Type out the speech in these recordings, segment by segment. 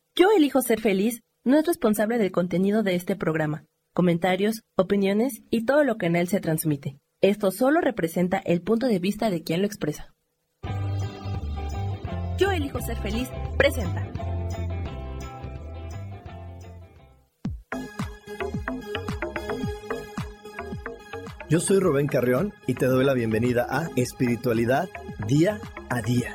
Yo elijo ser feliz no es responsable del contenido de este programa, comentarios, opiniones y todo lo que en él se transmite. Esto solo representa el punto de vista de quien lo expresa. Yo elijo ser feliz presenta. Yo soy Rubén Carrión y te doy la bienvenida a Espiritualidad Día a Día.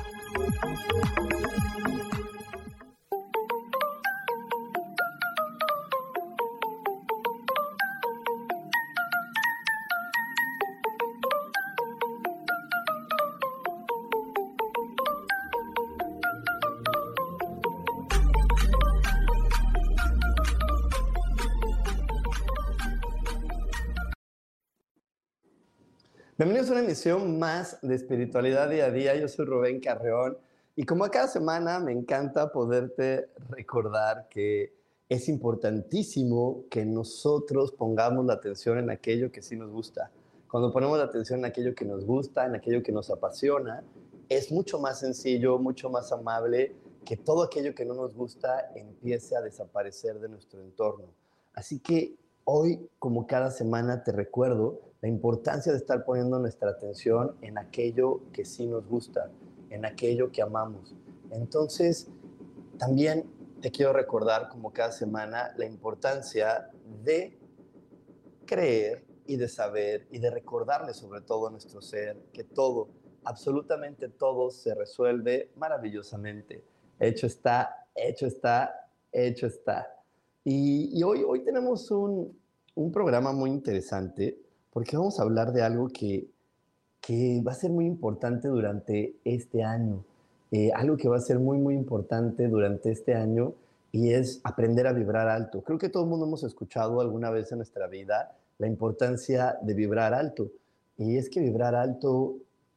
Bienvenidos a una emisión más de Espiritualidad Día a Día. Yo soy Rubén Carrión y como a cada semana me encanta poderte recordar que es importantísimo que nosotros pongamos la atención en aquello que sí nos gusta. Cuando ponemos la atención en aquello que nos gusta, en aquello que nos apasiona, es mucho más sencillo, mucho más amable que todo aquello que no nos gusta empiece a desaparecer de nuestro entorno. Así que hoy, como cada semana, te recuerdo la importancia de estar poniendo nuestra atención en aquello que sí nos gusta, en aquello que amamos. Entonces, también te quiero recordar, como cada semana, la importancia de creer y de saber y de recordarle sobre todo a nuestro ser que todo, absolutamente todo se resuelve maravillosamente. Hecho está, hecho está, hecho está. Y hoy tenemos un programa muy interesante porque vamos a hablar de algo que va a ser muy importante durante este año. Algo que va a ser muy, muy importante durante este año y es aprender a vibrar alto. Creo que todo el mundo hemos escuchado alguna vez en nuestra vida la importancia de vibrar alto. Y es que vibrar alto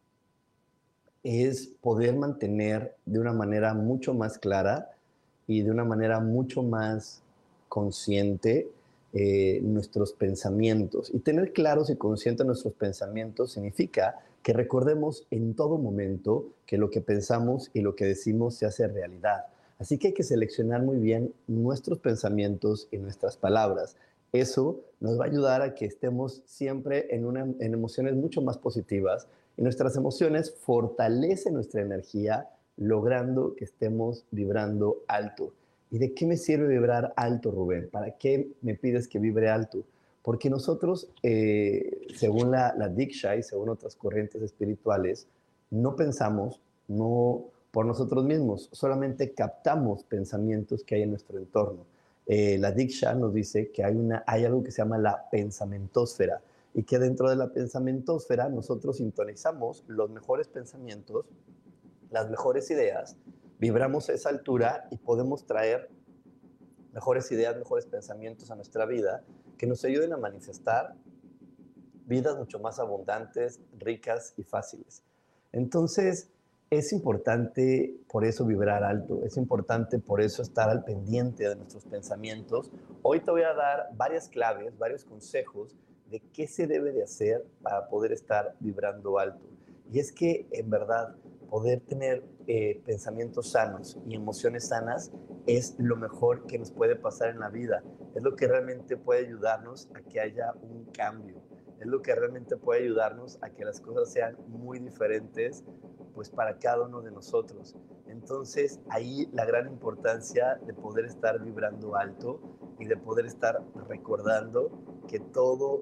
es poder mantener de una manera mucho más clara y de una manera mucho más consciente nuestros pensamientos. Y tener claros y conscientes nuestros pensamientos significa que recordemos en todo momento que lo que pensamos y lo que decimos se hace realidad. Así que hay que seleccionar muy bien nuestros pensamientos y nuestras palabras. Eso nos va a ayudar a que estemos siempre en emociones mucho más positivas y nuestras emociones fortalecen nuestra energía logrando que estemos vibrando alto. ¿Y de qué me sirve vibrar alto, Rubén? ¿Para qué me pides que vibre alto? Porque nosotros, según la Diksha y según otras corrientes espirituales, no pensamos por nosotros mismos, solamente captamos pensamientos que hay en nuestro entorno. La Diksha nos dice que hay algo que se llama la pensamentósfera y que dentro de la pensamentósfera nosotros sintonizamos los mejores pensamientos, las mejores ideas, vibramos a esa altura y podemos traer mejores ideas, mejores pensamientos a nuestra vida que nos ayuden a manifestar vidas mucho más abundantes, ricas y fáciles. Entonces, es importante por eso vibrar alto, es importante por eso estar al pendiente de nuestros pensamientos. Hoy te voy a dar varias claves, varios consejos de qué se debe de hacer para poder estar vibrando alto. Y es que, en verdad, poder tener pensamientos sanos y emociones sanas es lo mejor que nos puede pasar en la vida. Es lo que realmente puede ayudarnos a que haya un cambio. Es lo que realmente puede ayudarnos a que las cosas sean muy diferentes pues para cada uno de nosotros. Entonces, ahí la gran importancia de poder estar vibrando alto y de poder estar recordando que todo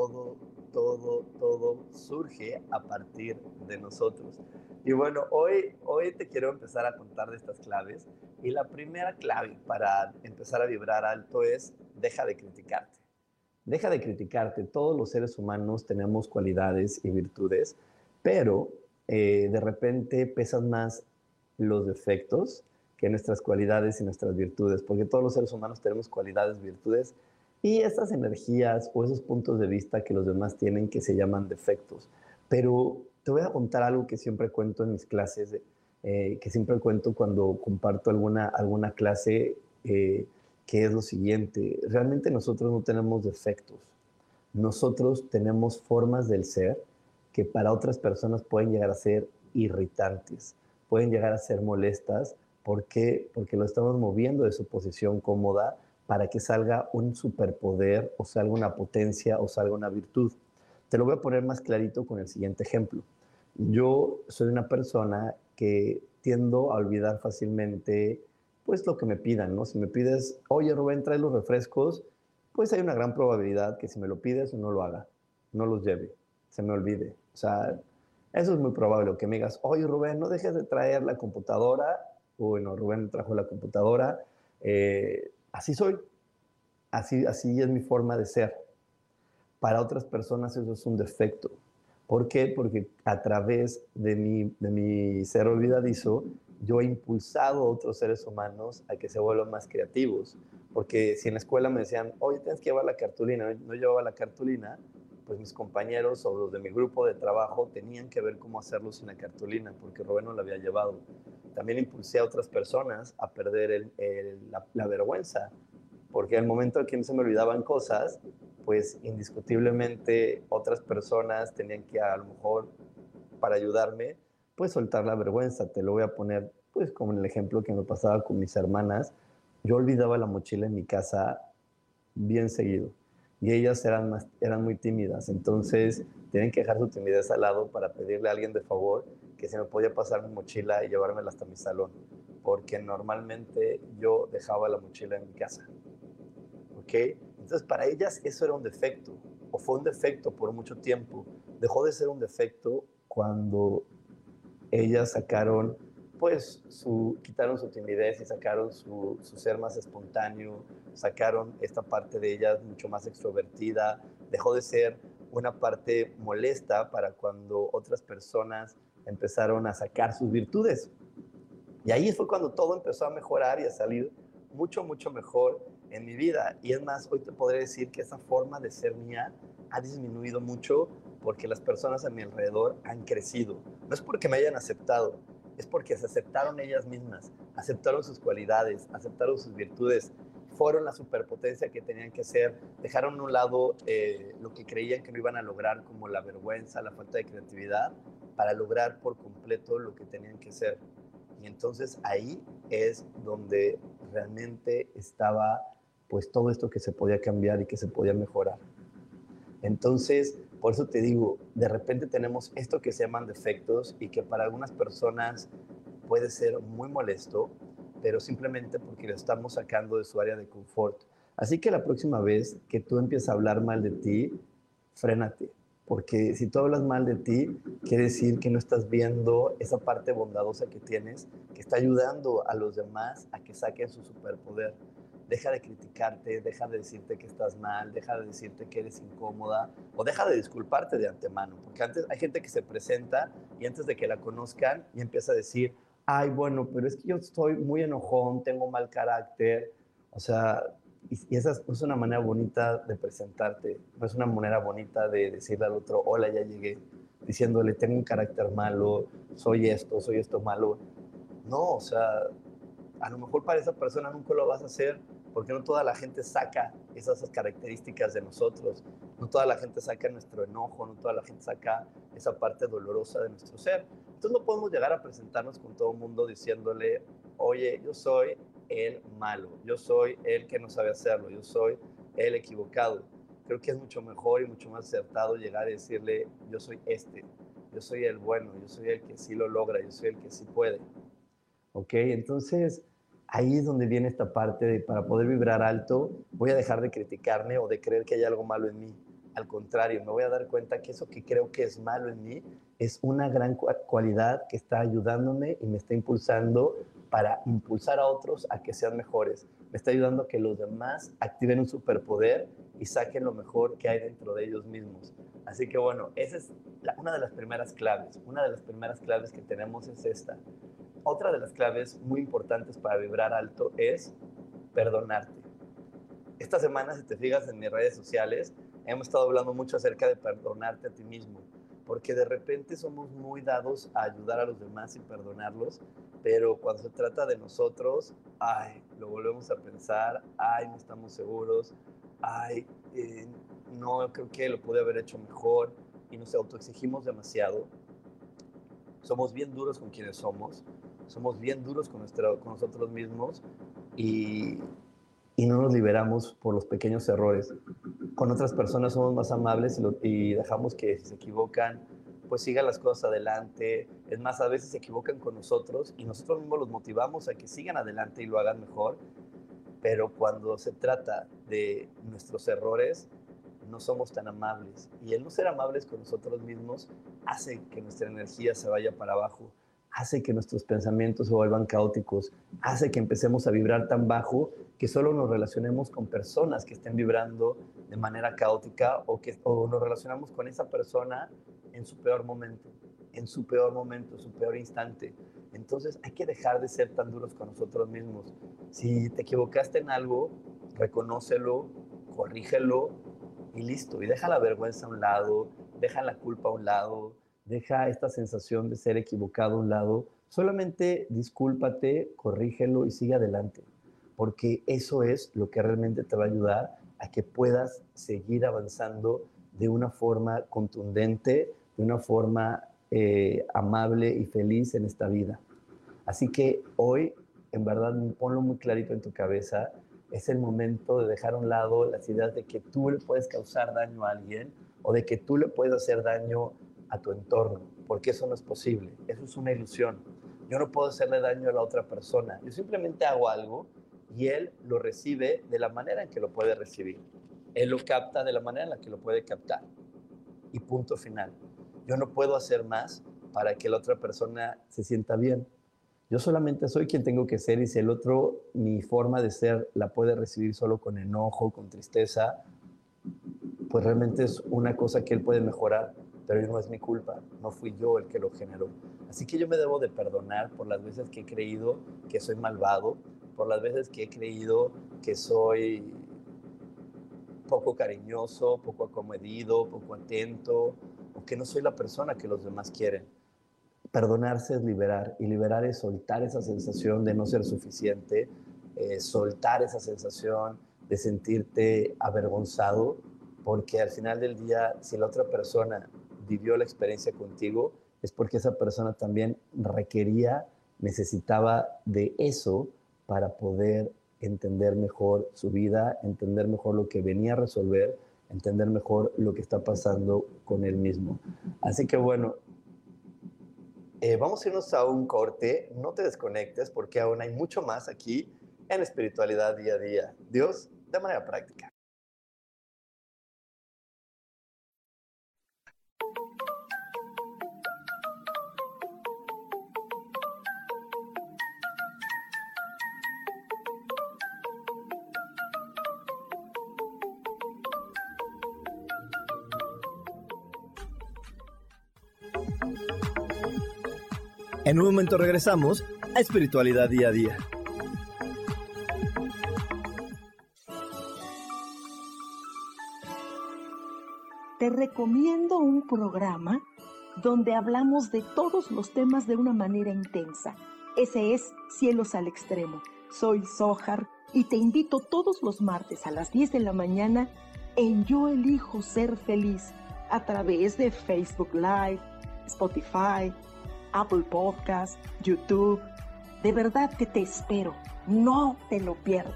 surge a partir de nosotros. Y bueno, hoy te quiero empezar a contar de estas claves. Y la primera clave para empezar a vibrar alto es deja de criticarte. Deja de criticarte. Todos los seres humanos tenemos cualidades y virtudes, pero de repente pesan más los defectos que nuestras cualidades y nuestras virtudes, porque todos los seres humanos tenemos cualidades, virtudes y esas energías o esos puntos de vista que los demás tienen que se llaman defectos. Pero te voy a contar algo que siempre cuento en mis clases, que siempre cuento cuando comparto alguna clase, que es lo siguiente: realmente nosotros no tenemos defectos, nosotros tenemos formas del ser que para otras personas pueden llegar a ser irritantes, pueden llegar a ser molestas ¿Por qué? Porque lo estamos moviendo de su posición cómoda para que salga un superpoder o salga una potencia o salga una virtud. Te lo voy a poner más clarito con el siguiente ejemplo. Yo soy una persona que tiendo a olvidar fácilmente pues lo que me pidan, ¿no? Si me pides, oye Rubén, trae los refrescos, pues hay una gran probabilidad que si me lo pides no lo haga, no los lleve, se me olvide. O sea, eso es muy probable. O que me digas, oye Rubén, no dejes de traer la computadora. Bueno, Rubén trajo la computadora. Así soy, así es mi forma de ser. Para otras personas eso es un defecto. ¿Por qué? Porque a través de mi ser olvidadizo, yo he impulsado a otros seres humanos a que se vuelvan más creativos. Porque si en la escuela me decían, oye, tienes que llevar la cartulina, no llevaba la cartulina, pues mis compañeros o los de mi grupo de trabajo tenían que ver cómo hacerlo sin la cartulina, porque Rubén no la había llevado. También impulsé a otras personas a perder la vergüenza, porque al momento en que no se me olvidaban cosas, pues indiscutiblemente otras personas tenían que a lo mejor para ayudarme, pues soltar la vergüenza. Te lo voy a poner pues como en el ejemplo que me pasaba con mis hermanas. Yo olvidaba la mochila en mi casa bien seguido y ellas eran muy tímidas, entonces tienen que dejar su timidez al lado para pedirle a alguien de favor que se me podía pasar mi mochila y llevármela hasta mi salón, porque normalmente yo dejaba la mochila en mi casa. ¿Ok? Entonces, para ellas eso era un defecto, o fue un defecto por mucho tiempo. Dejó de ser un defecto cuando ellas sacaron, pues, quitaron su timidez y sacaron su ser más espontáneo, sacaron esta parte de ellas mucho más extrovertida, dejó de ser una parte molesta para cuando otras personas empezaron a sacar sus virtudes. Y ahí fue cuando todo empezó a mejorar y a salir mucho, mucho mejor en mi vida. Y es más, hoy te podré decir que esa forma de ser mía ha disminuido mucho porque las personas a mi alrededor han crecido. No es porque me hayan aceptado, es porque se aceptaron ellas mismas, aceptaron sus cualidades, aceptaron sus virtudes, fueron la superpotencia que tenían que ser, dejaron a un lado lo que creían que no iban a lograr, como la vergüenza, la falta de creatividad, para lograr por completo lo que tenían que ser. Y entonces ahí es donde realmente estaba pues todo esto que se podía cambiar y que se podía mejorar. Entonces, por eso te digo, de repente tenemos esto que se llaman defectos y que para algunas personas puede ser muy molesto, pero simplemente porque lo estamos sacando de su área de confort. Así que la próxima vez que tú empieces a hablar mal de ti, frénate, porque si tú hablas mal de ti, quiere decir que no estás viendo esa parte bondadosa que tienes, que está ayudando a los demás a que saquen su superpoder. Deja de criticarte, deja de decirte que estás mal, deja de decirte que eres incómoda o deja de disculparte de antemano, porque antes hay gente que se presenta y antes de que la conozcan y empieza a decir, ay, bueno, pero es que yo estoy muy enojón, tengo mal carácter, o sea, y esa es una manera bonita de presentarte, no es una manera bonita de decirle al otro, hola, ya llegué, diciéndole, tengo un carácter malo, soy esto malo. No, o sea, a lo mejor para esa persona nunca lo vas a hacer porque no toda la gente saca esas características de nosotros, no toda la gente saca nuestro enojo, no toda la gente saca esa parte dolorosa de nuestro ser. Entonces no podemos llegar a presentarnos con todo el mundo diciéndole, oye, yo soy el malo, yo soy el que no sabe hacerlo, yo soy el equivocado. Creo que es mucho mejor y mucho más acertado llegar a decirle, yo soy yo soy el bueno, yo soy el que sí lo logra, yo soy el que sí puede. ¿Ok? Entonces, ahí es donde viene esta parte de para poder vibrar alto, voy a dejar de criticarme o de creer que hay algo malo en mí. Al contrario, me voy a dar cuenta que eso que creo que es malo en mí es una gran cualidad que está ayudándome y me está impulsando para impulsar a otros a que sean mejores. Me está ayudando a que los demás activen un superpoder y saquen lo mejor que hay dentro de ellos mismos. Así que bueno, esa es una de las primeras claves. Una de las primeras claves que tenemos es esta. Otra de las claves muy importantes para vibrar alto es perdonarte. Esta semana, si te fijas en mis redes sociales, hemos estado hablando mucho acerca de perdonarte a ti mismo, porque de repente somos muy dados a ayudar a los demás y perdonarlos, pero cuando se trata de nosotros, ay, lo volvemos a pensar, ay, no estamos seguros, ay, no, creo que lo pude haber hecho mejor y nos autoexigimos demasiado. Somos bien duros con quienes somos somos bien duros con nosotros mismos y no nos liberamos por los pequeños errores. Con otras personas somos más amables y dejamos que si se equivocan, pues sigan las cosas adelante. Es más, a veces se equivocan con nosotros y nosotros mismos los motivamos a que sigan adelante y lo hagan mejor. Pero cuando se trata de nuestros errores, no somos tan amables. Y el no ser amables con nosotros mismos hace que nuestra energía se vaya para abajo, hace que nuestros pensamientos se vuelvan caóticos, hace que empecemos a vibrar tan bajo que solo nos relacionemos con personas que estén vibrando de manera caótica o nos relacionamos con esa persona en su peor momento, en su peor instante. Entonces hay que dejar de ser tan duros con nosotros mismos. Si te equivocaste en algo, reconócelo, corrígelo y listo. Y deja la vergüenza a un lado, deja la culpa a un lado, deja esta sensación de ser equivocado a un lado. Solamente discúlpate, corrígelo y sigue adelante. Porque eso es lo que realmente te va a ayudar a que puedas seguir avanzando de una forma contundente, de una forma amable y feliz en esta vida. Así que hoy, en verdad, ponlo muy clarito en tu cabeza. Es el momento de dejar a un lado las ideas de que tú le puedes causar daño a alguien o de que tú le puedes hacer daño a tu entorno, porque eso no es posible. Eso es una ilusión. Yo no puedo hacerle daño a la otra persona. Yo simplemente hago algo y él lo recibe de la manera en que lo puede recibir. Él lo capta de la manera en la que lo puede captar. Y punto final. Yo no puedo hacer más para que la otra persona se sienta bien. Yo solamente soy quien tengo que ser y si el otro, mi forma de ser, la puede recibir solo con enojo, con tristeza, pues realmente es una cosa que él puede mejorar, pero no es mi culpa, no fui yo el que lo generó. Así que yo me debo de perdonar por las veces que he creído que soy malvado, por las veces que he creído que soy poco cariñoso, poco acomedido, poco atento, o que no soy la persona que los demás quieren. Perdonarse es liberar, y liberar es soltar esa sensación de no ser suficiente, soltar esa sensación de sentirte avergonzado, porque al final del día, si la otra persona vivió la experiencia contigo, es porque esa persona también necesitaba de eso para poder entender mejor su vida, entender mejor lo que venía a resolver, entender mejor lo que está pasando con él mismo. Así que bueno, vamos a irnos a un corte, no te desconectes porque aún hay mucho más aquí en Espiritualidad Día a Día. Dios de manera práctica. En un momento regresamos a Espiritualidad Día a Día. Te recomiendo un programa donde hablamos de todos los temas de una manera intensa. Ese es Cielos al Extremo. Soy Sohar y te invito todos los martes a las 10 de la mañana en Yo Elijo Ser Feliz a través de Facebook Live, Spotify, Apple Podcast, YouTube. De verdad que te espero. No te lo pierdas.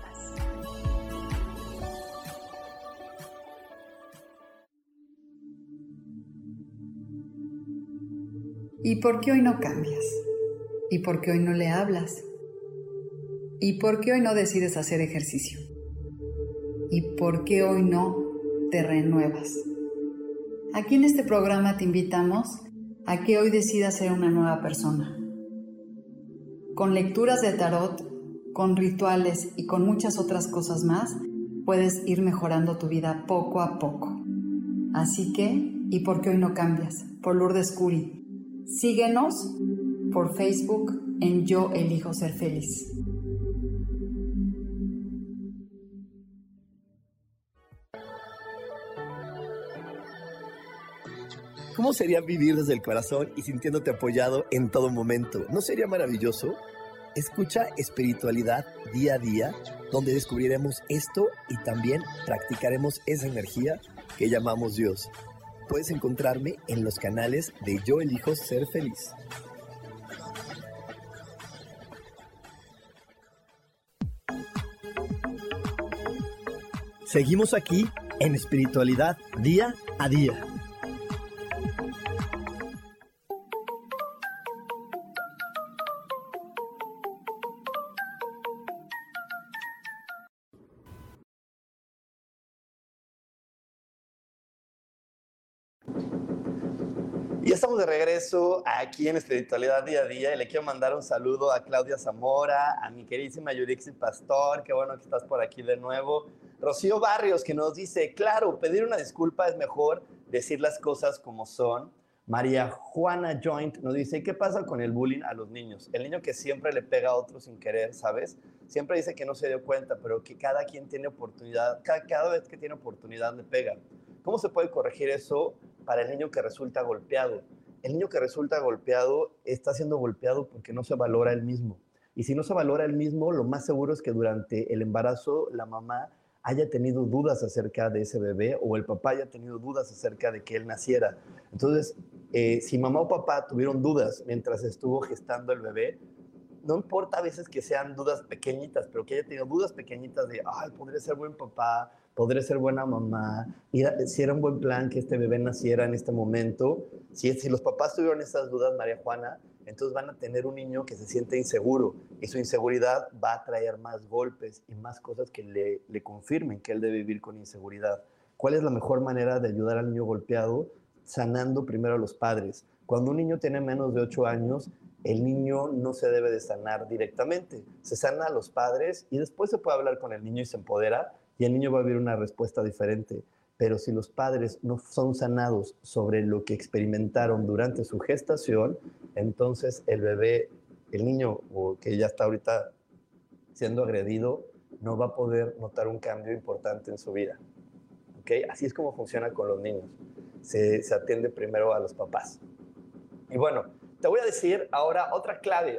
¿Y por qué hoy no cambias? ¿Y por qué hoy no le hablas? ¿Y por qué hoy no decides hacer ejercicio? ¿Y por qué hoy no te renuevas? Aquí en este programa te invitamos a que hoy decidas ser una nueva persona. Con lecturas de tarot, con rituales y con muchas otras cosas más, puedes ir mejorando tu vida poco a poco. Así que, ¿y por qué hoy no cambias? Por Lourdes Curi. Síguenos por Facebook en Yo Elijo Ser Feliz. ¿Cómo sería vivir desde el corazón y sintiéndote apoyado en todo momento? ¿No sería maravilloso? Escucha Espiritualidad Día a Día, donde descubriremos esto y también practicaremos esa energía que llamamos Dios. Puedes encontrarme en los canales de Yo Elijo Ser Feliz. Seguimos aquí en Espiritualidad Día a Día. Y estamos de regreso aquí en Espiritualidad Día a Día y le quiero mandar un saludo a Claudia Zamora, a mi queridísima Yurixi Pastor, qué bueno que estás por aquí de nuevo. Rocío Barrios que nos dice, claro, pedir una disculpa es mejor decir las cosas como son. María Juana Joint nos dice, ¿qué pasa con el bullying a los niños? El niño que siempre le pega a otro sin querer, ¿sabes? Siempre dice que no se dio cuenta, pero que cada quien tiene oportunidad, cada vez que tiene oportunidad le pega. ¿Cómo se puede corregir eso para el niño que resulta golpeado? El niño que resulta golpeado está siendo golpeado porque no se valora él mismo. Y si no se valora él mismo, lo más seguro es que durante el embarazo la mamá haya tenido dudas acerca de ese bebé o el papá haya tenido dudas acerca de que él naciera. Entonces, si mamá o papá tuvieron dudas mientras estuvo gestando el bebé, no importa a veces que sean dudas pequeñitas, pero que haya tenido dudas pequeñitas de, ay, podría ser buen papá, podría ser buena mamá, y si era un buen plan que este bebé naciera en este momento. Si los papás tuvieron esas dudas, María Juana, entonces van a tener un niño que se siente inseguro, y su inseguridad va a traer más golpes y más cosas que le confirmen que él debe vivir con inseguridad. ¿Cuál es la mejor manera de ayudar al niño golpeado? Sanando primero a los padres. Cuando un niño tiene menos de 8 años, el niño no se debe de sanar directamente. Se sana a los padres y después se puede hablar con el niño y se empodera y el niño va a vivir una respuesta diferente. Pero si los padres no son sanados sobre lo que experimentaron durante su gestación, entonces el bebé, el niño o que ya está ahorita siendo agredido, no va a poder notar un cambio importante en su vida. ¿Okay? Así es como funciona con los niños. Se atiende primero a los papás. Y bueno, te voy a decir ahora otra clave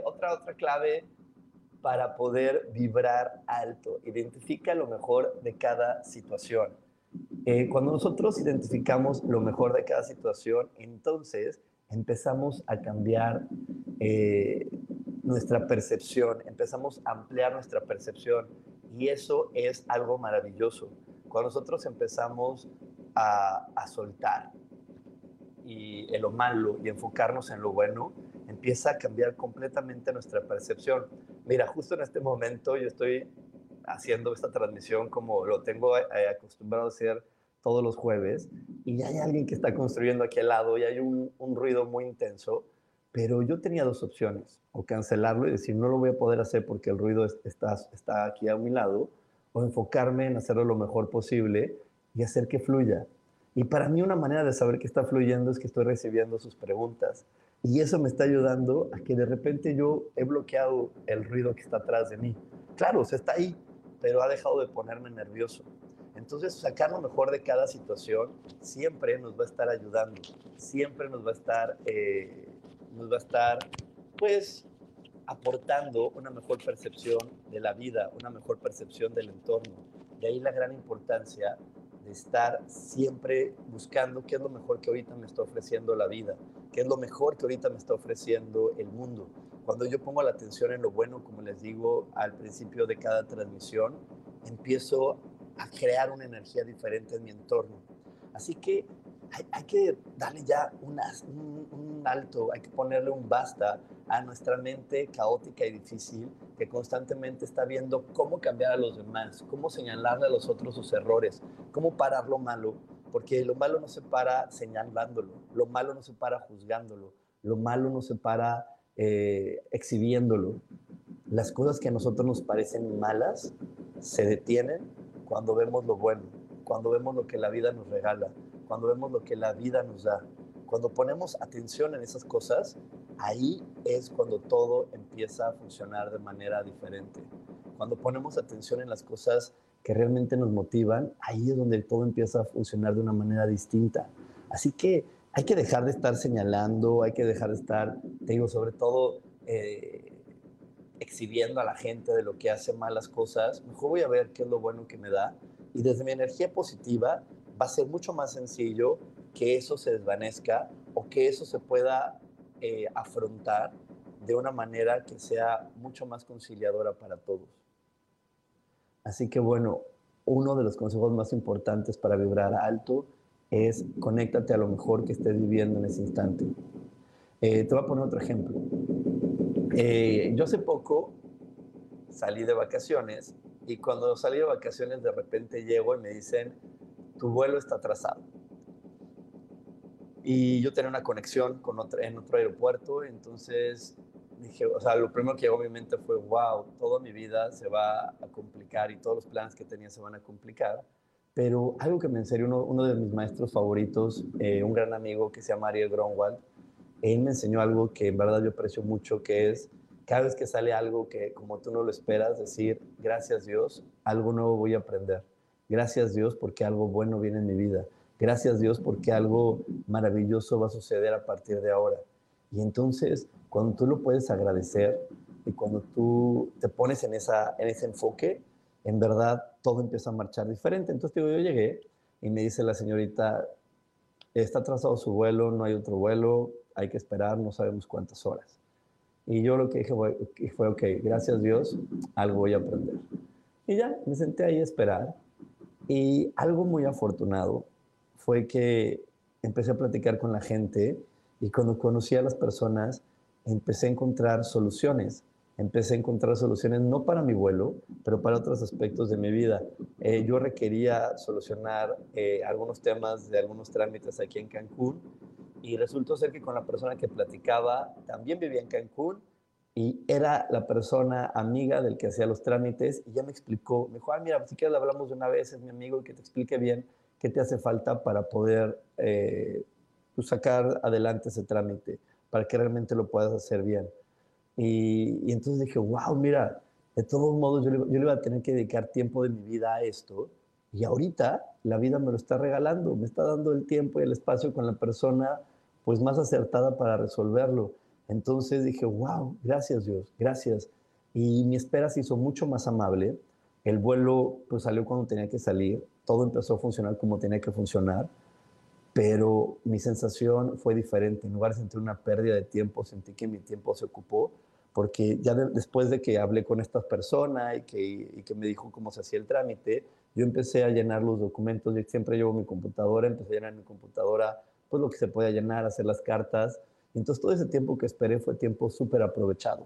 para poder vibrar alto. Identifica lo mejor de cada situación. Cuando nosotros identificamos lo mejor de cada situación, entonces empezamos a cambiar nuestra percepción, empezamos a ampliar nuestra percepción y eso es algo maravilloso. Cuando nosotros empezamos a soltar y en lo malo y enfocarnos en lo bueno, empieza a cambiar completamente nuestra percepción. Mira, justo en este momento yo estoy haciendo esta transmisión como lo tengo acostumbrado a hacer todos los jueves y hay alguien que está construyendo aquí al lado y hay un ruido muy intenso, pero yo tenía dos opciones, o cancelarlo y decir no lo voy a poder hacer porque el ruido está aquí a mi lado, o enfocarme en hacerlo lo mejor posible y hacer que fluya. Y para mí una manera de saber que está fluyendo es que estoy recibiendo sus preguntas. Y eso me está ayudando a que de repente yo he bloqueado el ruido que está atrás de mí. Claro, o sea, está ahí, pero ha dejado de ponerme nervioso. Entonces, sacar lo mejor de cada situación siempre nos va a estar ayudando. Siempre nos va a estar, pues, aportando una mejor percepción de la vida, una mejor percepción del entorno. De ahí la gran importancia de estar siempre buscando qué es lo mejor que ahorita me está ofreciendo la vida, qué es lo mejor que ahorita me está ofreciendo el mundo. Cuando yo pongo la atención en lo bueno, como les digo al principio de cada transmisión, empiezo a crear una energía diferente en mi entorno. Así que hay que darle ya un alto, hay que ponerle un basta a nuestra mente caótica y difícil que constantemente está viendo cómo cambiar a los demás, cómo señalarle a los otros sus errores, cómo parar lo malo, porque lo malo no se para señalándolo, lo malo no se para juzgándolo, lo malo no se para exhibiéndolo. Las cosas que a nosotros nos parecen malas se detienen cuando vemos lo bueno, cuando vemos lo que la vida nos regala, cuando vemos lo que la vida nos da. Cuando ponemos atención en esas cosas, ahí es cuando todo empieza a funcionar de manera diferente. Cuando ponemos atención en las cosas que realmente nos motivan, ahí es donde todo empieza a funcionar de una manera distinta. Así que hay que dejar de estar señalando, hay que dejar de estar, te digo, sobre todo exhibiendo a la gente de lo que hace malas cosas. Mejor voy a ver qué es lo bueno que me da y desde mi energía positiva va a ser mucho más sencillo que eso se desvanezca o que eso se pueda afrontar de una manera que sea mucho más conciliadora para todos. Así que bueno, uno de los consejos más importantes para vibrar alto es conéctate a lo mejor que estés viviendo en ese instante. Te voy a poner otro ejemplo. Yo hace poco salí de vacaciones y cuando salí de vacaciones de repente llego y me dicen, tu vuelo está atrasado. Y yo tenía una conexión en otro aeropuerto, entonces dije, o sea, lo primero que llegó a mi mente fue, wow, toda mi vida se va a complicar y todos los planes que tenía se van a complicar. Pero algo que me enseñó uno de mis maestros favoritos, un gran amigo que se llama Ariel Grunwald, él me enseñó algo que en verdad yo aprecio mucho, que es cada vez que sale algo que como tú no lo esperas, decir, gracias Dios, algo nuevo voy a aprender. Gracias Dios porque algo bueno viene en mi vida. Gracias Dios porque algo maravilloso va a suceder a partir de ahora. Y entonces, cuando tú lo puedes agradecer y cuando tú te pones en ese enfoque, en verdad todo empieza a marchar diferente. Entonces digo, yo llegué y me dice la señorita, está atrasado su vuelo, no hay otro vuelo, hay que esperar, no sabemos cuántas horas. Y yo lo que dije fue, ok, gracias Dios, algo voy a aprender. Y ya, me senté ahí a esperar. Y algo muy afortunado fue que empecé a platicar con la gente y cuando conocí a las personas, empecé a encontrar soluciones. Empecé a encontrar soluciones no para mi vuelo, pero para otros aspectos de mi vida. Yo requería solucionar algunos temas de algunos trámites aquí en Cancún y resultó ser que con la persona que platicaba también vivía en Cancún y era la persona amiga del que hacía los trámites y ya me explicó, me dijo, mira, si quieres hablamos de una vez, es mi amigo y que te explique bien qué te hace falta para poder pues, sacar adelante ese trámite, para que realmente lo puedas hacer bien. Y entonces dije, wow, mira, de todos modos yo le iba a tener que dedicar tiempo de mi vida a esto y ahorita la vida me lo está regalando, me está dando el tiempo y el espacio con la persona pues más acertada para resolverlo. Entonces dije, wow, gracias Dios, gracias. Y mi espera se hizo mucho más amable. El vuelo pues salió cuando tenía que salir, todo empezó a funcionar como tenía que funcionar, pero mi sensación fue diferente. En lugar de sentir una pérdida de tiempo, sentí que mi tiempo se ocupó, porque ya después de que hablé con esta persona y que me dijo cómo se hacía el trámite, yo empecé a llenar los documentos. Yo siempre llevo mi computadora, empecé a llenar en mi computadora pues lo que se podía llenar, hacer las cartas. Y entonces todo ese tiempo que esperé fue tiempo súper aprovechado.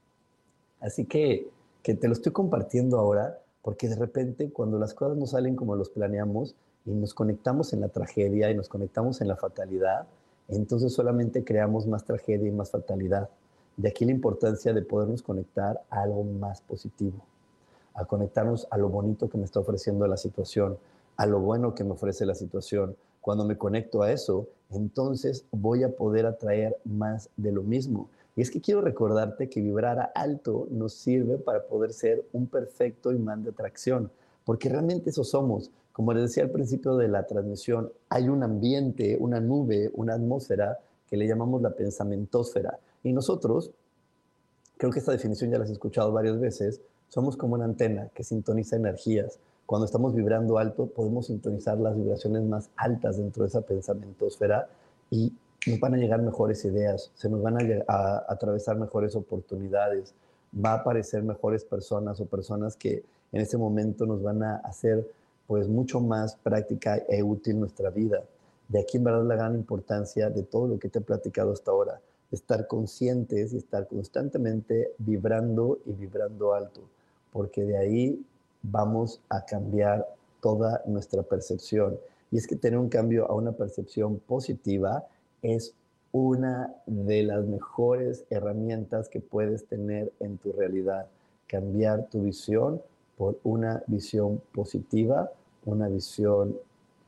Así que te lo estoy compartiendo ahora, porque de repente cuando las cosas no salen como los planeamos y nos conectamos en la tragedia y nos conectamos en la fatalidad, entonces solamente creamos más tragedia y más fatalidad. De aquí la importancia de podernos conectar a algo más positivo, a conectarnos a lo bonito que me está ofreciendo la situación, a lo bueno que me ofrece la situación. Cuando me conecto a eso, entonces voy a poder atraer más de lo mismo. Y es que quiero recordarte que vibrar alto nos sirve para poder ser un perfecto imán de atracción, porque realmente eso somos. Como les decía al principio de la transmisión, hay un ambiente, una nube, una atmósfera que le llamamos la pensamentósfera. Y nosotros, creo que esta definición ya la has escuchado varias veces, somos como una antena que sintoniza energías. Cuando estamos vibrando alto, podemos sintonizar las vibraciones más altas dentro de esa pensamentósfera y nos van a llegar mejores ideas, se nos van a atravesar mejores oportunidades, va a aparecer mejores personas o personas que en ese momento nos van a hacer pues mucho más práctica e útil nuestra vida. De aquí en verdad la gran importancia de todo lo que te he platicado hasta ahora, estar conscientes y estar constantemente vibrando y vibrando alto, porque de ahí vamos a cambiar toda nuestra percepción. Y es que tener un cambio a una percepción positiva es una de las mejores herramientas que puedes tener en tu realidad. Cambiar tu visión por una visión positiva, una visión...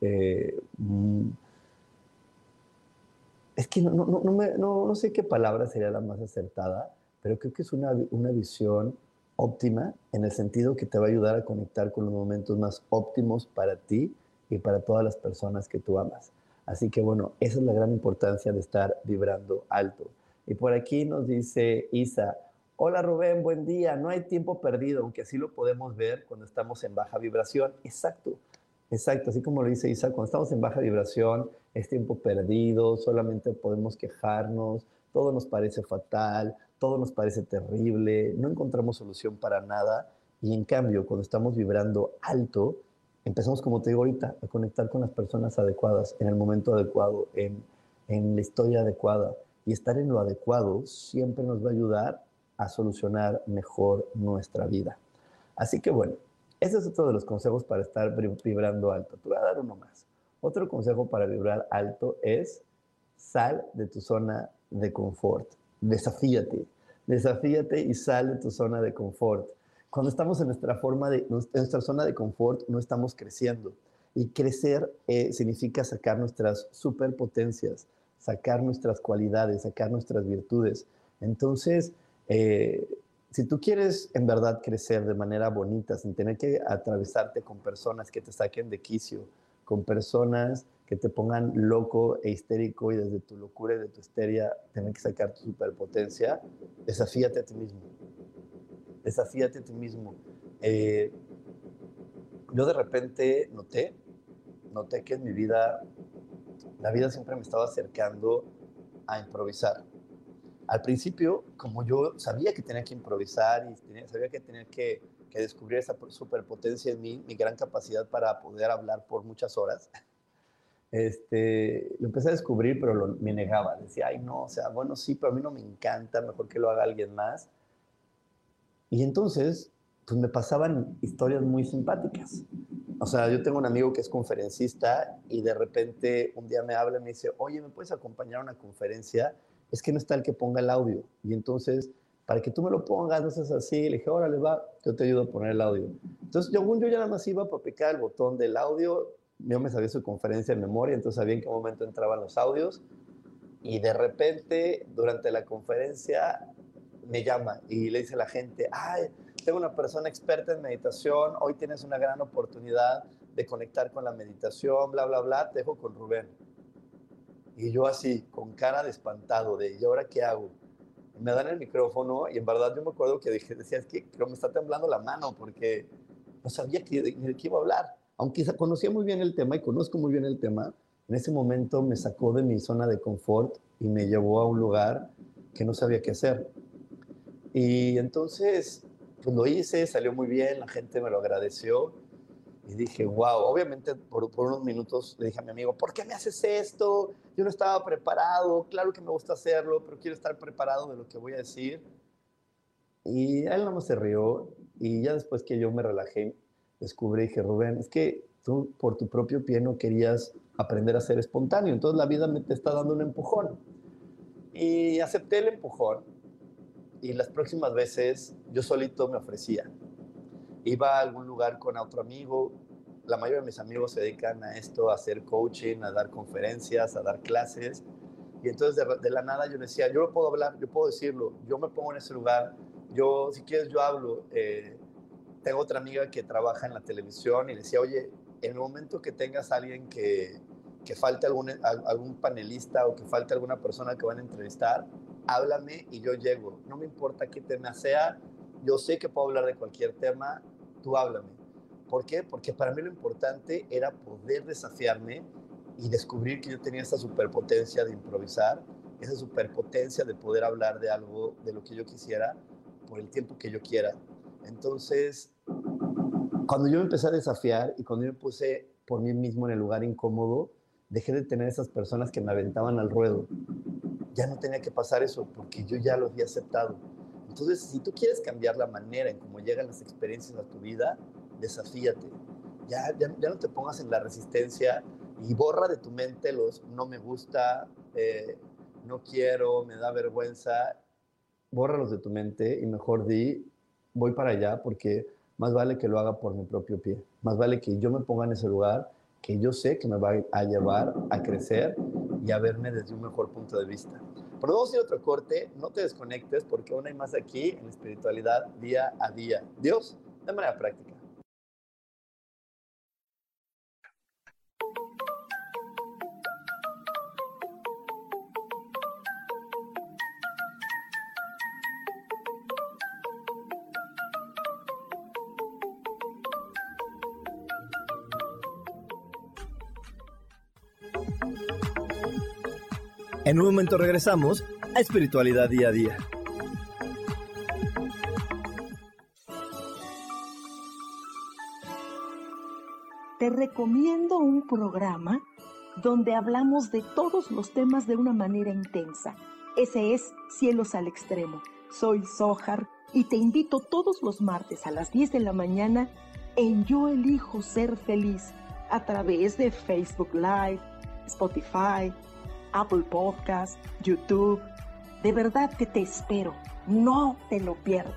es que no sé qué palabra sería la más acertada, pero creo que es una visión óptima en el sentido que te va a ayudar a conectar con los momentos más óptimos para ti y para todas las personas que tú amas. Así que bueno, esa es la gran importancia de estar vibrando alto. Y por aquí nos dice Isa, hola Rubén, buen día, no hay tiempo perdido, aunque así lo podemos ver cuando estamos en baja vibración. Exacto, exacto, así como lo dice Isa, cuando estamos en baja vibración es tiempo perdido, solamente podemos quejarnos, todo nos parece fatal, todo nos parece terrible, no encontramos solución para nada y en cambio cuando estamos vibrando alto empezamos, como te digo ahorita, a conectar con las personas adecuadas, en el momento adecuado, en la historia adecuada. Y estar en lo adecuado siempre nos va a ayudar a solucionar mejor nuestra vida. Así que bueno, ese es otro de los consejos para estar vibrando alto. Te voy a dar uno más. Otro consejo para vibrar alto es sal de tu zona de confort. Desafíate y sal de tu zona de confort. Cuando estamos en nuestra zona de confort, no estamos creciendo. Y crecer significa sacar nuestras superpotencias, sacar nuestras cualidades, sacar nuestras virtudes. Entonces, si tú quieres en verdad crecer de manera bonita, sin tener que atravesarte con personas que te saquen de quicio, con personas que te pongan loco e histérico y desde tu locura y de tu histeria tener que sacar tu superpotencia, desafíate a ti mismo. Desafíate a ti mismo. Yo de repente noté que en mi vida, la vida siempre me estaba acercando a improvisar. Al principio, como yo sabía que tenía que improvisar y sabía que tenía que descubrir esa superpotencia en mí, mi gran capacidad para poder hablar por muchas horas, lo empecé a descubrir, pero me negaba. Decía, ay, no, o sea, bueno, sí, pero a mí no me encanta, mejor que lo haga alguien más. Y entonces, pues me pasaban historias muy simpáticas. O sea, yo tengo un amigo que es conferencista y de repente un día me habla y me dice, oye, ¿me puedes acompañar a una conferencia? Es que no está el que ponga el audio. Y entonces, para que tú me lo pongas, no seas así. Le dije, órale, va, yo te ayudo a poner el audio. Entonces, yo ya nada más iba para picar el botón del audio. Yo me sabía su conferencia en memoria, entonces sabía en qué momento entraban los audios. Y de repente, durante la conferencia, me llama y le dice a la gente, ay, tengo una persona experta en meditación, hoy tienes una gran oportunidad de conectar con la meditación, bla, bla, bla, te dejo con Rubén. Y yo así, con cara de espantado, ¿y ahora qué hago? Y me dan el micrófono y en verdad yo me acuerdo que decía, es que creo me está temblando la mano porque no sabía ni de qué iba a hablar. Aunque conocía muy bien el tema y conozco muy bien el tema, en ese momento me sacó de mi zona de confort y me llevó a un lugar que no sabía qué hacer. Y entonces, pues lo hice, salió muy bien, la gente me lo agradeció y dije, wow, obviamente por unos minutos le dije a mi amigo, ¿por qué me haces esto? Yo no estaba preparado, claro que me gusta hacerlo, pero quiero estar preparado de lo que voy a decir. Y él no se rió y ya después que yo me relajé, descubrí, dije, Rubén, es que tú por tu propio pie no querías aprender a ser espontáneo, entonces la vida te está dando un empujón. Y acepté el empujón. Y las próximas veces yo solito me ofrecía. Iba a algún lugar con otro amigo. La mayoría de mis amigos se dedican a esto, a hacer coaching, a dar conferencias, a dar clases. Y entonces de la nada yo decía, yo no puedo hablar, yo puedo decirlo, yo me pongo en ese lugar, yo, si quieres, yo hablo. Tengo otra amiga que trabaja en la televisión y le decía, oye, en el momento que tengas a alguien que falte algún panelista o que falte alguna persona que van a entrevistar, háblame y yo llego. No me importa qué tema sea, yo sé que puedo hablar de cualquier tema, tú háblame. ¿Por qué? Porque para mí lo importante era poder desafiarme y descubrir que yo tenía esa superpotencia de improvisar, esa superpotencia de poder hablar de algo, de lo que yo quisiera, por el tiempo que yo quiera. Entonces, cuando yo me empecé a desafiar y cuando yo me puse por mí mismo en el lugar incómodo, dejé de tener esas personas que me aventaban al ruedo. Ya no tenía que pasar eso porque yo ya lo había aceptado. Entonces, si tú quieres cambiar la manera en cómo llegan las experiencias a tu vida, desafíate. Ya no te pongas en la resistencia y borra de tu mente los no me gusta, no quiero, me da vergüenza. Bórralos de tu mente y mejor di, voy para allá porque más vale que lo haga por mi propio pie. Más vale que yo me ponga en ese lugar que yo sé que me va a llevar a crecer y a verme desde un mejor punto de vista. Pero vamos a ir a otro corte, no te desconectes porque aún hay más aquí en espiritualidad día a día. Dios, de manera práctica. En un momento regresamos a Espiritualidad Día a Día. te recomiendo un programa donde hablamos de todos los temas de una manera intensa. Ese es Cielos al Extremo. Soy Sojar y te invito todos los martes a las 10 de la mañana en Yo Elijo Ser Feliz a través de Facebook Live, Spotify, Apple Podcast, YouTube. De verdad que te espero. No te lo pierdas.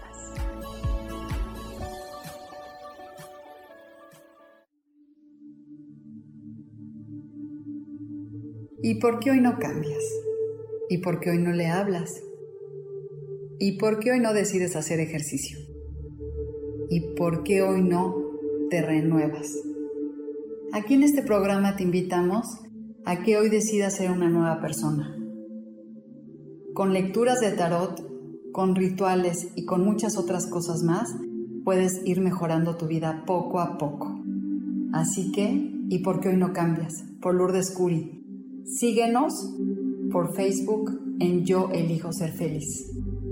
¿Y por qué hoy no cambias? ¿Y por qué hoy no le hablas? ¿Y por qué hoy no decides hacer ejercicio? ¿Y por qué hoy no te renuevas? Aquí en este programa te invitamos a que hoy decidas ser una nueva persona. Con lecturas de tarot, con rituales y con muchas otras cosas más, puedes ir mejorando tu vida poco a poco. Así que, ¿y por qué hoy no cambias? Por Lourdes Curi. Síguenos por Facebook en Yo Elijo Ser Feliz.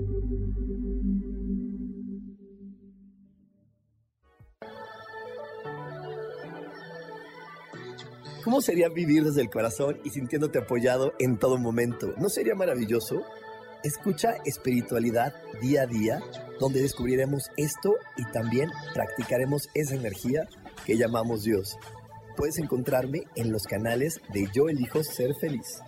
¿Cómo sería vivir desde el corazón y sintiéndote apoyado en todo momento? ¿No sería maravilloso? Escucha espiritualidad día a día, donde descubriremos esto y también practicaremos esa energía que llamamos Dios. Puedes encontrarme en los canales de Yo Elijo Ser Feliz.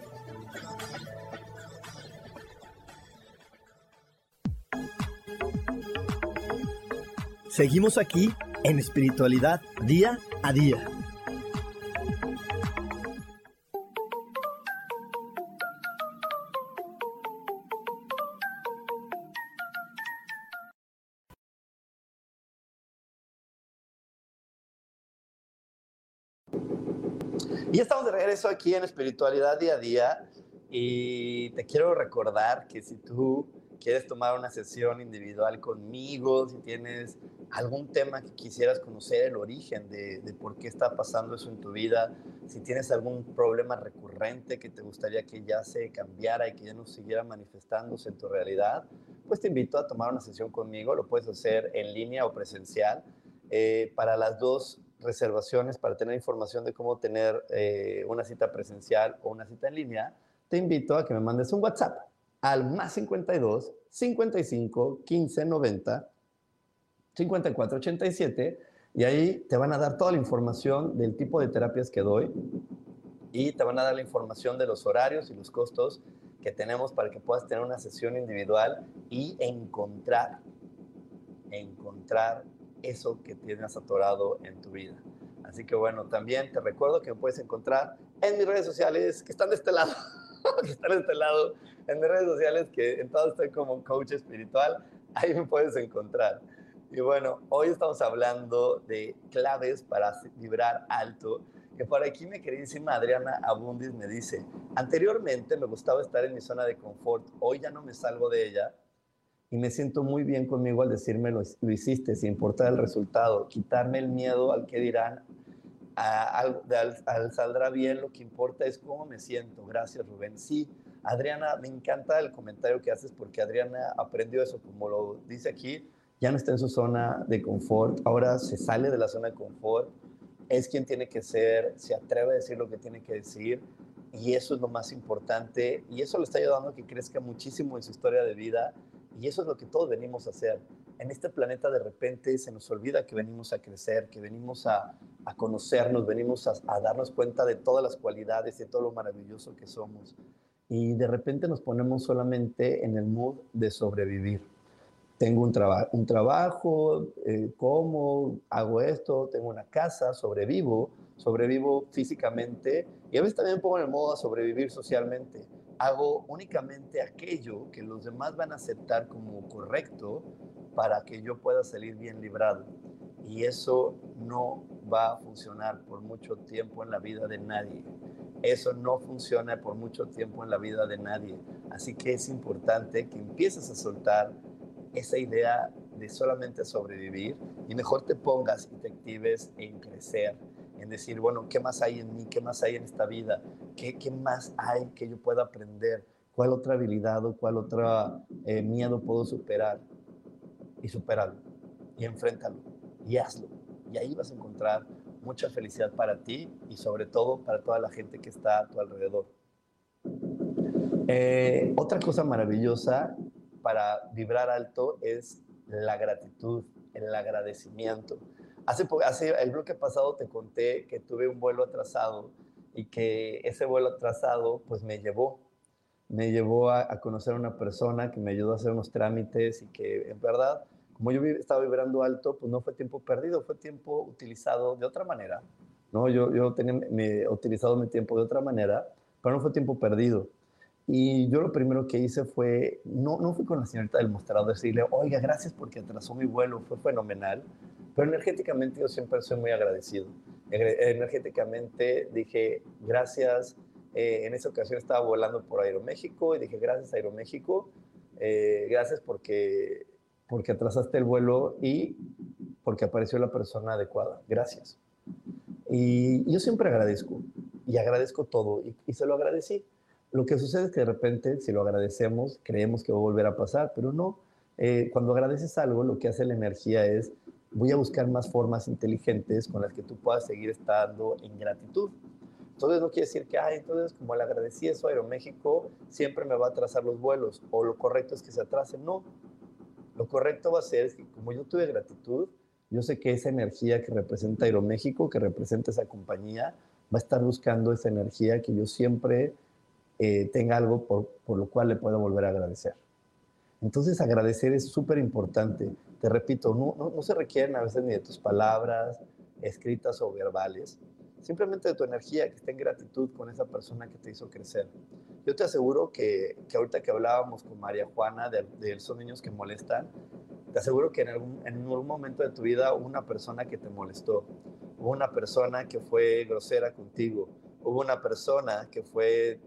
Seguimos aquí en espiritualidad día a día. Y ya estamos de regreso aquí en Espiritualidad Día a Día y te quiero recordar que si tú quieres tomar una sesión individual conmigo, si tienes algún tema que quisieras conocer el origen de por qué está pasando eso en tu vida, si tienes algún problema recurrente que te gustaría que ya se cambiara y que ya no siguiera manifestándose en tu realidad, pues te invito a tomar una sesión conmigo. Lo puedes hacer en línea o presencial. Para las dos reservaciones, para tener información de cómo tener una cita presencial o una cita en línea, te invito a que me mandes un WhatsApp al más 52 55 15 90 54 87 y ahí te van a dar toda la información del tipo de terapias que doy y te van a dar la información de los horarios y los costos que tenemos para que puedas tener una sesión individual y encontrar eso que tienes atorado en tu vida. Así que bueno, también te recuerdo que me puedes encontrar en mis redes sociales, que están de este lado, en mis redes sociales, que en todas estoy como coach espiritual, ahí me puedes encontrar. Y bueno, hoy estamos hablando de claves para vibrar alto, que por aquí mi queridísima Adriana Abundis me dice, anteriormente me gustaba estar en mi zona de confort, hoy ya no me salgo de ella, y me siento muy bien conmigo al decirme lo hiciste, sin importar el resultado, quitarme el miedo al que dirán, al saldrá bien, lo que importa es cómo me siento. Gracias, Rubén. Sí, Adriana, me encanta el comentario que haces porque Adriana aprendió eso, como lo dice aquí, ya no está en su zona de confort, ahora se sale de la zona de confort, es quien tiene que ser, se atreve a decir lo que tiene que decir, y eso es lo más importante, y eso le está ayudando a que crezca muchísimo en su historia de vida. Y eso es lo que todos venimos a hacer. En este planeta de repente se nos olvida que venimos a crecer, que venimos a conocernos, venimos a darnos cuenta de todas las cualidades, de todo lo maravilloso que somos. Y de repente nos ponemos solamente en el mood de sobrevivir. Tengo un trabajo, como, hago esto, tengo una casa, sobrevivo físicamente y a veces también pongo en el modo a sobrevivir socialmente. Hago únicamente aquello que los demás van a aceptar como correcto para que yo pueda salir bien librado. Y eso no va a funcionar por mucho tiempo en la vida de nadie. Eso no funciona por mucho tiempo en la vida de nadie. Así que es importante que empieces a soltar esa idea de solamente sobrevivir y mejor te pongas y te actives en crecer, en decir, bueno, ¿qué más hay en mí? ¿Qué más hay en esta vida? ¿Qué más hay que yo pueda aprender? ¿Cuál otra habilidad o cuál otro miedo puedo superar? Y supéralo, y enfréntalo, y hazlo. Y ahí vas a encontrar mucha felicidad para ti y sobre todo para toda la gente que está a tu alrededor. Otra cosa maravillosa para vibrar alto es la gratitud, el agradecimiento. Hace el bloque pasado te conté que tuve un vuelo atrasado y que ese vuelo atrasado pues me llevó a conocer a una persona que me ayudó a hacer unos trámites y que en verdad, como yo estaba vibrando alto, pues no fue tiempo perdido, fue tiempo utilizado de otra manera, ¿no? Yo he utilizado mi tiempo de otra manera, pero no fue tiempo perdido. Y yo lo primero que hice fue, no fui con la señorita del mostrador, decirle, oiga, gracias porque atrasó mi vuelo, fue fenomenal, pero energéticamente yo siempre soy muy agradecido. Energéticamente dije, gracias. En esa ocasión estaba volando por Aeroméxico y dije, gracias Aeroméxico, gracias porque atrasaste el vuelo y porque apareció la persona adecuada, gracias. Y yo siempre agradezco, y agradezco todo, y se lo agradecí. Lo que sucede es que de repente, si lo agradecemos, creemos que va a volver a pasar, pero no. Cuando agradeces algo, lo que hace la energía es, voy a buscar más formas inteligentes con las que tú puedas seguir estando en gratitud. Entonces no quiere decir que, entonces como le agradecí eso a Aeroméxico, siempre me va a atrasar los vuelos, o lo correcto es que se atrasen. No, lo correcto va a ser que como yo tuve gratitud, yo sé que esa energía que representa Aeroméxico, que representa esa compañía, va a estar buscando esa energía que yo siempre tenga algo por lo cual le puedo volver a agradecer. Entonces agradecer es súper importante. Te repito, no se requieren a veces ni de tus palabras escritas o verbales, simplemente de tu energía, que esté en gratitud con esa persona que te hizo crecer. Yo te aseguro que ahorita que hablábamos con María Juana de Son Niños que Molestan, te aseguro que en algún momento de tu vida hubo una persona que te molestó, hubo una persona que fue grosera contigo, hubo una persona que fue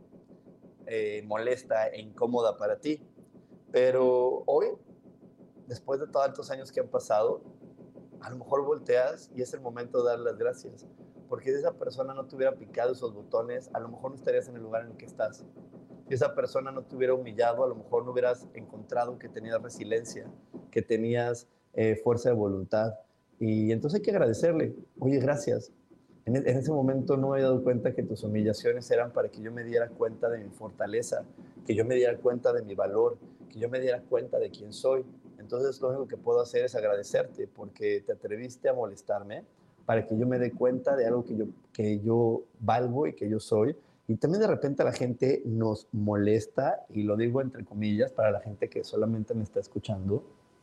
molesta e incómoda para ti. Pero hoy, después de todos estos años que han pasado, a lo mejor volteas y es el momento de dar las gracias. Porque si esa persona no te hubiera picado esos botones, a lo mejor no estarías en el lugar en el que estás. Si esa persona no te hubiera humillado, a lo mejor no hubieras encontrado que tenías resiliencia, que tenías fuerza de voluntad. Y entonces hay que agradecerle. Oye, gracias. En ese momento no me había dado cuenta que tus humillaciones eran para que yo me diera cuenta de mi fortaleza, que yo me diera cuenta de mi valor, que yo me diera cuenta de quién soy. Entonces lo único que puedo hacer es agradecerte porque te atreviste a molestarme para que yo me dé cuenta de algo que yo valgo y que yo soy. Y también de repente la gente nos molesta, y lo digo entre comillas para la gente que solamente me está escuchando,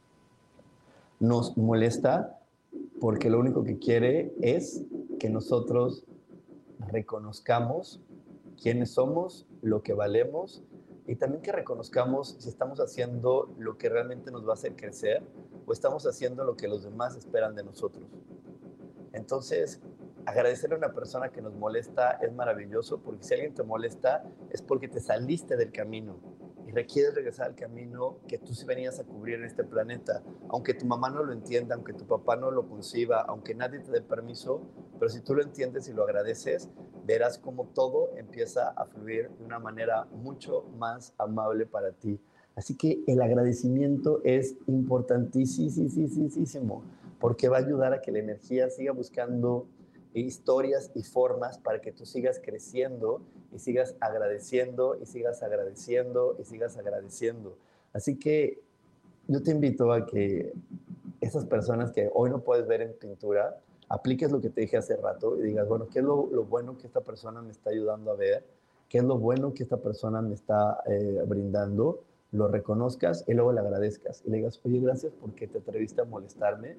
nos molesta porque lo único que quiere es que nosotros reconozcamos quiénes somos, lo que valemos, y también que reconozcamos si estamos haciendo lo que realmente nos va a hacer crecer o estamos haciendo lo que los demás esperan de nosotros. Entonces, agradecerle a una persona que nos molesta es maravilloso, porque si alguien te molesta es porque te saliste del camino y requieres regresar al camino que tú sí venías a cubrir en este planeta. Aunque tu mamá no lo entienda, aunque tu papá no lo conciba, aunque nadie te dé permiso, pero si tú lo entiendes y lo agradeces, verás cómo todo empieza a fluir de una manera mucho más amable para ti. Así que el agradecimiento es importantísimo, porque va a ayudar a que la energía siga buscando historias y formas para que tú sigas creciendo y sigas agradeciendo y sigas agradeciendo y sigas agradeciendo. Así que yo te invito a que esas personas que hoy no puedes ver en pintura, apliques lo que te dije hace rato y digas, bueno, ¿qué es lo bueno que esta persona me está ayudando a ver? ¿Qué es lo bueno que esta persona me está brindando? Lo reconozcas y luego le agradezcas y le digas, oye, gracias porque te atreviste a molestarme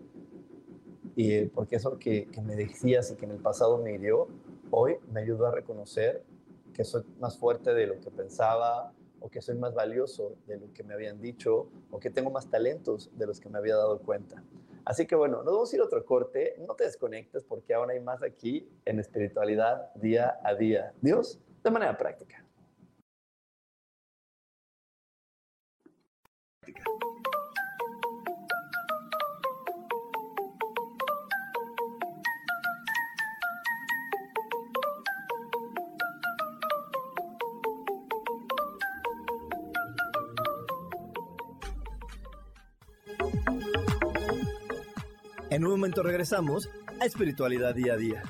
y porque eso que me decías y que en el pasado me hirió, hoy me ayudó a reconocer que soy más fuerte de lo que pensaba, o que soy más valioso de lo que me habían dicho, o que tengo más talentos de los que me había dado cuenta. Así que bueno, nos vamos a ir a otro corte. No te desconectes porque aún hay más aquí en Espiritualidad Día a Día. Dios, de manera práctica. En un momento regresamos a Espiritualidad Día a Día.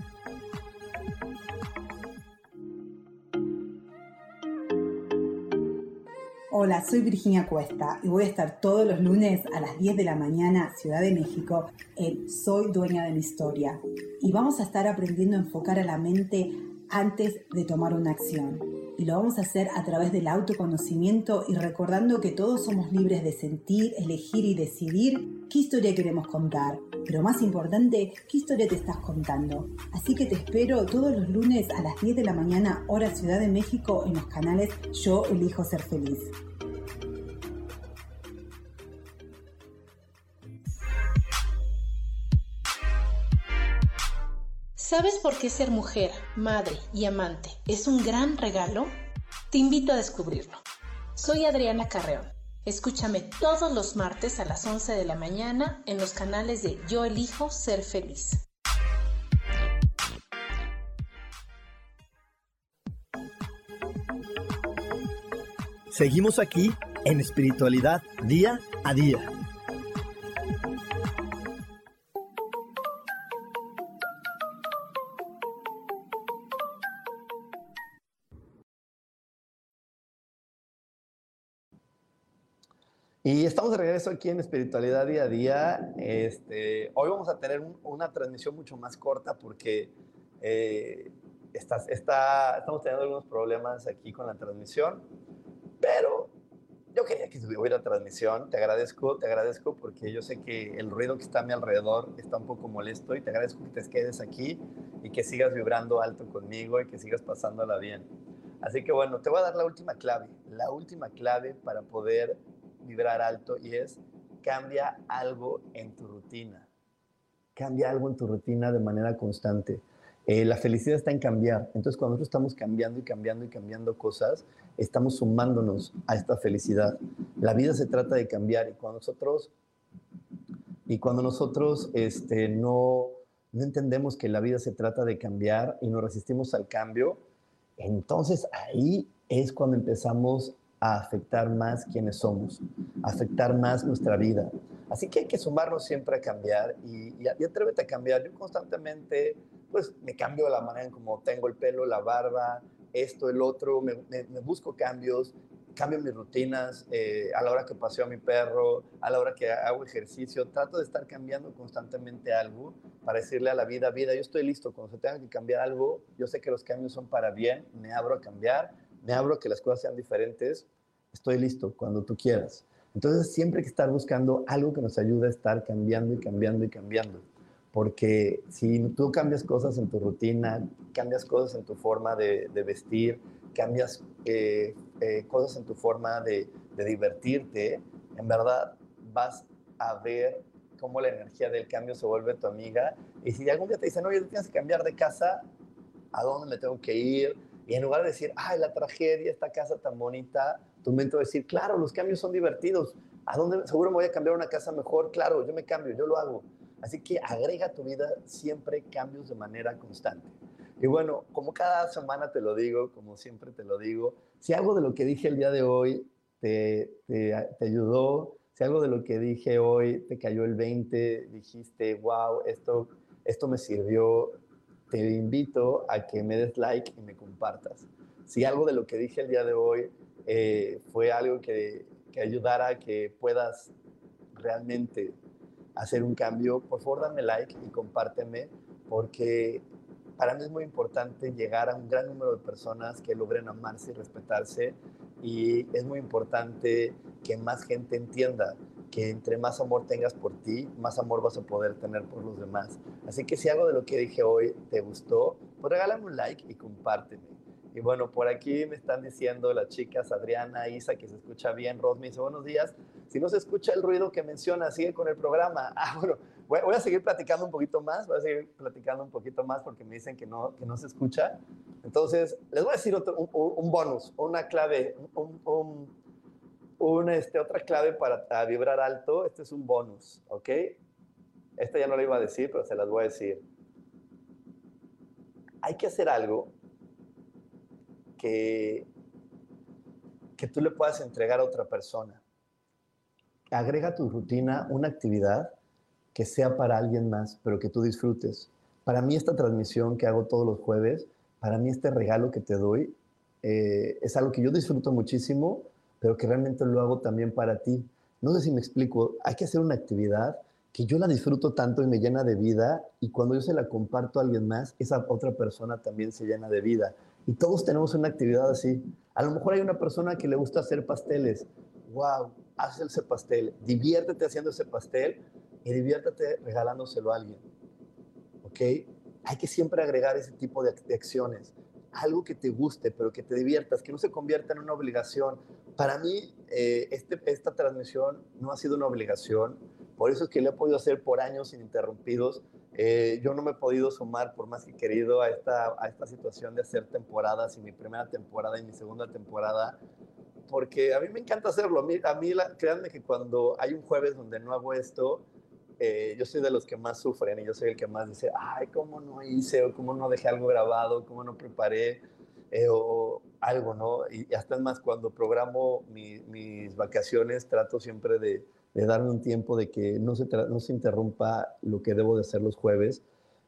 Hola, soy Virginia Cuesta y voy a estar todos los lunes a las 10 de la mañana, Ciudad de México, en Soy Dueña de mi Historia. Y vamos a estar aprendiendo a enfocar a la mente antes de tomar una acción. Y lo vamos a hacer a través del autoconocimiento y recordando que todos somos libres de sentir, elegir y decidir qué historia queremos contar. Pero más importante, qué historia te estás contando. Así que te espero todos los lunes a las 10 de la mañana, hora Ciudad de México, en los canales Yo Elijo Ser Feliz. ¿Sabes por qué ser mujer, madre y amante es un gran regalo? Te invito a descubrirlo. Soy Adriana Carreón. Escúchame todos los martes a las 11 de la mañana en los canales de Yo Elijo Ser Feliz. Seguimos aquí en Espiritualidad Día a Día. Y estamos de regreso aquí en Espiritualidad Día a Día. Hoy vamos a tener una transmisión mucho más corta porque estamos teniendo algunos problemas aquí con la transmisión, pero yo quería que hubiera transmisión. Te agradezco porque yo sé que el ruido que está a mi alrededor está un poco molesto y te agradezco que te quedes aquí y que sigas vibrando alto conmigo y que sigas pasándola bien. Así que bueno, te voy a dar la última clave para poder vibrar alto, y es: cambia algo en tu rutina. Cambia algo en tu rutina de manera constante. La felicidad está en cambiar. Entonces, cuando nosotros estamos cambiando y cambiando y cambiando cosas, estamos sumándonos a esta felicidad. La vida se trata de cambiar, y cuando nosotros no entendemos que la vida se trata de cambiar y nos resistimos al cambio, entonces ahí es cuando empezamos a afectar más quienes somos, a afectar más nuestra vida. Así que hay que sumarnos siempre a cambiar y atrévete a cambiar. Yo constantemente, pues, me cambio la manera en cómo tengo el pelo, la barba, esto, el otro, me busco cambios, cambio mis rutinas, a la hora que paseo a mi perro, a la hora que hago ejercicio, trato de estar cambiando constantemente algo para decirle a la vida, yo estoy listo, cuando se tenga que cambiar algo, yo sé que los cambios son para bien, me abro a cambiar, me abro a que las cosas sean diferentes, estoy listo cuando tú quieras. Entonces siempre hay que estar buscando algo que nos ayude a estar cambiando y cambiando y cambiando, porque si tú cambias cosas en tu rutina, cambias cosas en tu forma de vestir, cambias cosas en tu forma de divertirte, en verdad vas a ver cómo la energía del cambio se vuelve tu amiga. Y si algún día te dicen, oye, tú tienes que cambiar de casa, ¿a dónde me tengo que ir? Y en lugar de decir, ay, la tragedia, esta casa tan bonita, tu mente va a decir, claro, los cambios son divertidos. ¿A dónde? Seguro me voy a cambiar a una casa mejor. Claro, yo me cambio, yo lo hago. Así que agrega a tu vida siempre cambios de manera constante. Y bueno, como cada semana te lo digo, como siempre te lo digo, si algo de lo que dije el día de hoy te ayudó, si algo de lo que dije hoy te cayó el 20, dijiste, wow, esto me sirvió, te invito a que me des like y me compartas. Si algo de lo que dije el día de hoy fue algo que ayudara a que puedas realmente hacer un cambio, por favor dame like y compárteme, porque para mí es muy importante llegar a un gran número de personas que logren amarse y respetarse, y es muy importante que más gente entienda que entre más amor tengas por ti, más amor vas a poder tener por los demás. Así que si algo de lo que dije hoy te gustó, pues regálame un like y compárteme. Y bueno, por aquí me están diciendo las chicas, Adriana, Isa, que se escucha bien. Ros me dice, buenos días. Si no se escucha el ruido que menciona, sigue con el programa. Bueno, voy a seguir platicando un poquito más, porque me dicen que no se escucha. Entonces, les voy a decir un bonus, una clave, otra clave para vibrar alto. Este es un bonus, ¿ok? Esta ya no la iba a decir, pero se las voy a decir. Hay que hacer algo que tú le puedas entregar a otra persona. Agrega a tu rutina una actividad que sea para alguien más, pero que tú disfrutes. Para mí esta transmisión que hago todos los jueves, para mí este regalo que te doy, es algo que yo disfruto muchísimo, pero que realmente lo hago también para ti. No sé si me explico, hay que hacer una actividad que yo la disfruto tanto y me llena de vida, y cuando yo se la comparto a alguien más, esa otra persona también se llena de vida. Y todos tenemos una actividad así. A lo mejor hay una persona que le gusta hacer pasteles. ¡Wow! Haz ese pastel. Diviértete haciendo ese pastel y diviértete regalándoselo a alguien. ¿Ok? Hay que siempre agregar ese tipo de acciones. Algo que te guste, pero que te diviertas, que no se convierta en una obligación. Para mí, esta transmisión no ha sido una obligación. Por eso es que lo he podido hacer por años ininterrumpidos. Yo no me he podido sumar, por más que he querido, a esta situación de hacer temporadas, y mi primera temporada y mi segunda temporada, porque a mí me encanta hacerlo. Créanme que cuando hay un jueves donde no hago esto, yo soy de los que más sufren, y yo soy el que más dice, ay, cómo no hice, o cómo no dejé algo grabado, cómo no preparé, o algo, ¿no? Y hasta es más, cuando programo mis vacaciones, trato siempre de darme un tiempo de que no se interrumpa lo que debo de hacer los jueves,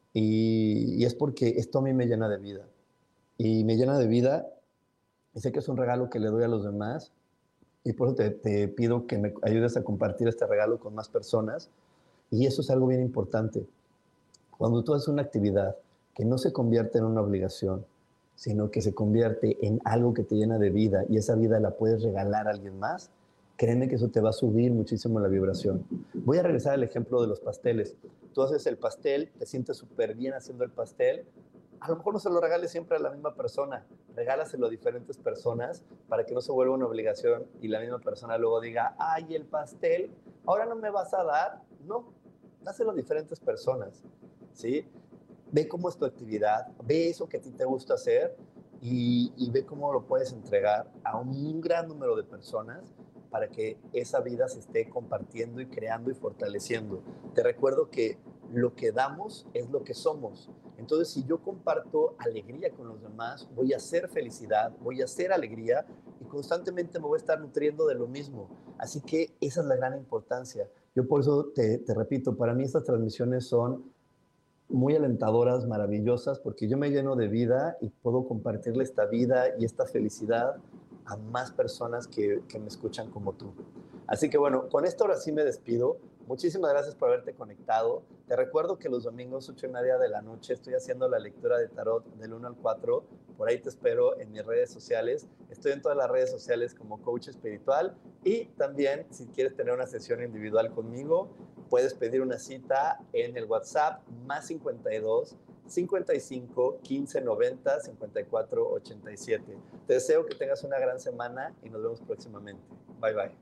y es porque esto a mí me llena de vida. Y me llena de vida, y sé que es un regalo que le doy a los demás, y por eso te pido que me ayudes a compartir este regalo con más personas. Y eso es algo bien importante. Cuando tú haces una actividad que no se convierte en una obligación, sino que se convierte en algo que te llena de vida, y esa vida la puedes regalar a alguien más, créeme que eso te va a subir muchísimo la vibración. Voy a regresar al ejemplo de los pasteles. Tú haces el pastel, te sientes súper bien haciendo el pastel. A lo mejor no se lo regales siempre a la misma persona, regálaselo a diferentes personas para que no se vuelva una obligación y la misma persona luego diga, ay, el pastel, ¿ahora no me vas a dar? No, dáselo a diferentes personas, ¿sí? Ve cómo es tu actividad, ve eso que a ti te gusta hacer, y ve cómo lo puedes entregar a un gran número de personas para que esa vida se esté compartiendo y creando y fortaleciendo. Te recuerdo que lo que damos es lo que somos. Entonces, si yo comparto alegría con los demás, voy a hacer felicidad, voy a hacer alegría, y constantemente me voy a estar nutriendo de lo mismo. Así que esa es la gran importancia. Yo por eso te repito, para mí estas transmisiones son muy alentadoras, maravillosas, porque yo me lleno de vida y puedo compartirle esta vida y esta felicidad a más personas que me escuchan como tú. Así que bueno, con esto ahora sí me despido. Muchísimas gracias por haberte conectado. Te recuerdo que los domingos 8:30 de la noche estoy haciendo la lectura de tarot del 1 al 4. Por ahí te espero en mis redes sociales. Estoy en todas las redes sociales como coach espiritual, y también si quieres tener una sesión individual conmigo, puedes pedir una cita en el WhatsApp +52 55 15 90 54 87. Te deseo que tengas una gran semana y nos vemos próximamente. Bye bye.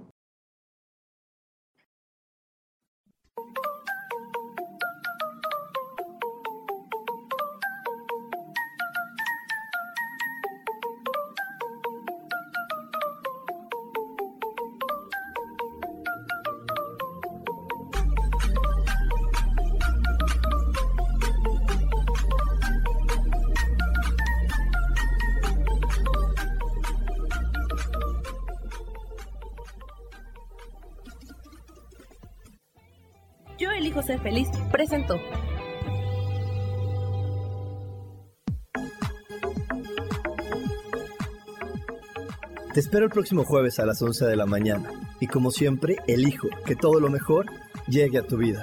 Yo elijo ser feliz, presentó. Te espero el próximo jueves a las 11 de la mañana. Y como siempre, elijo que todo lo mejor llegue a tu vida.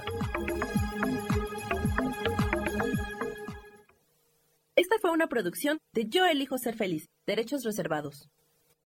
Esta fue una producción de Yo elijo ser feliz. Derechos reservados.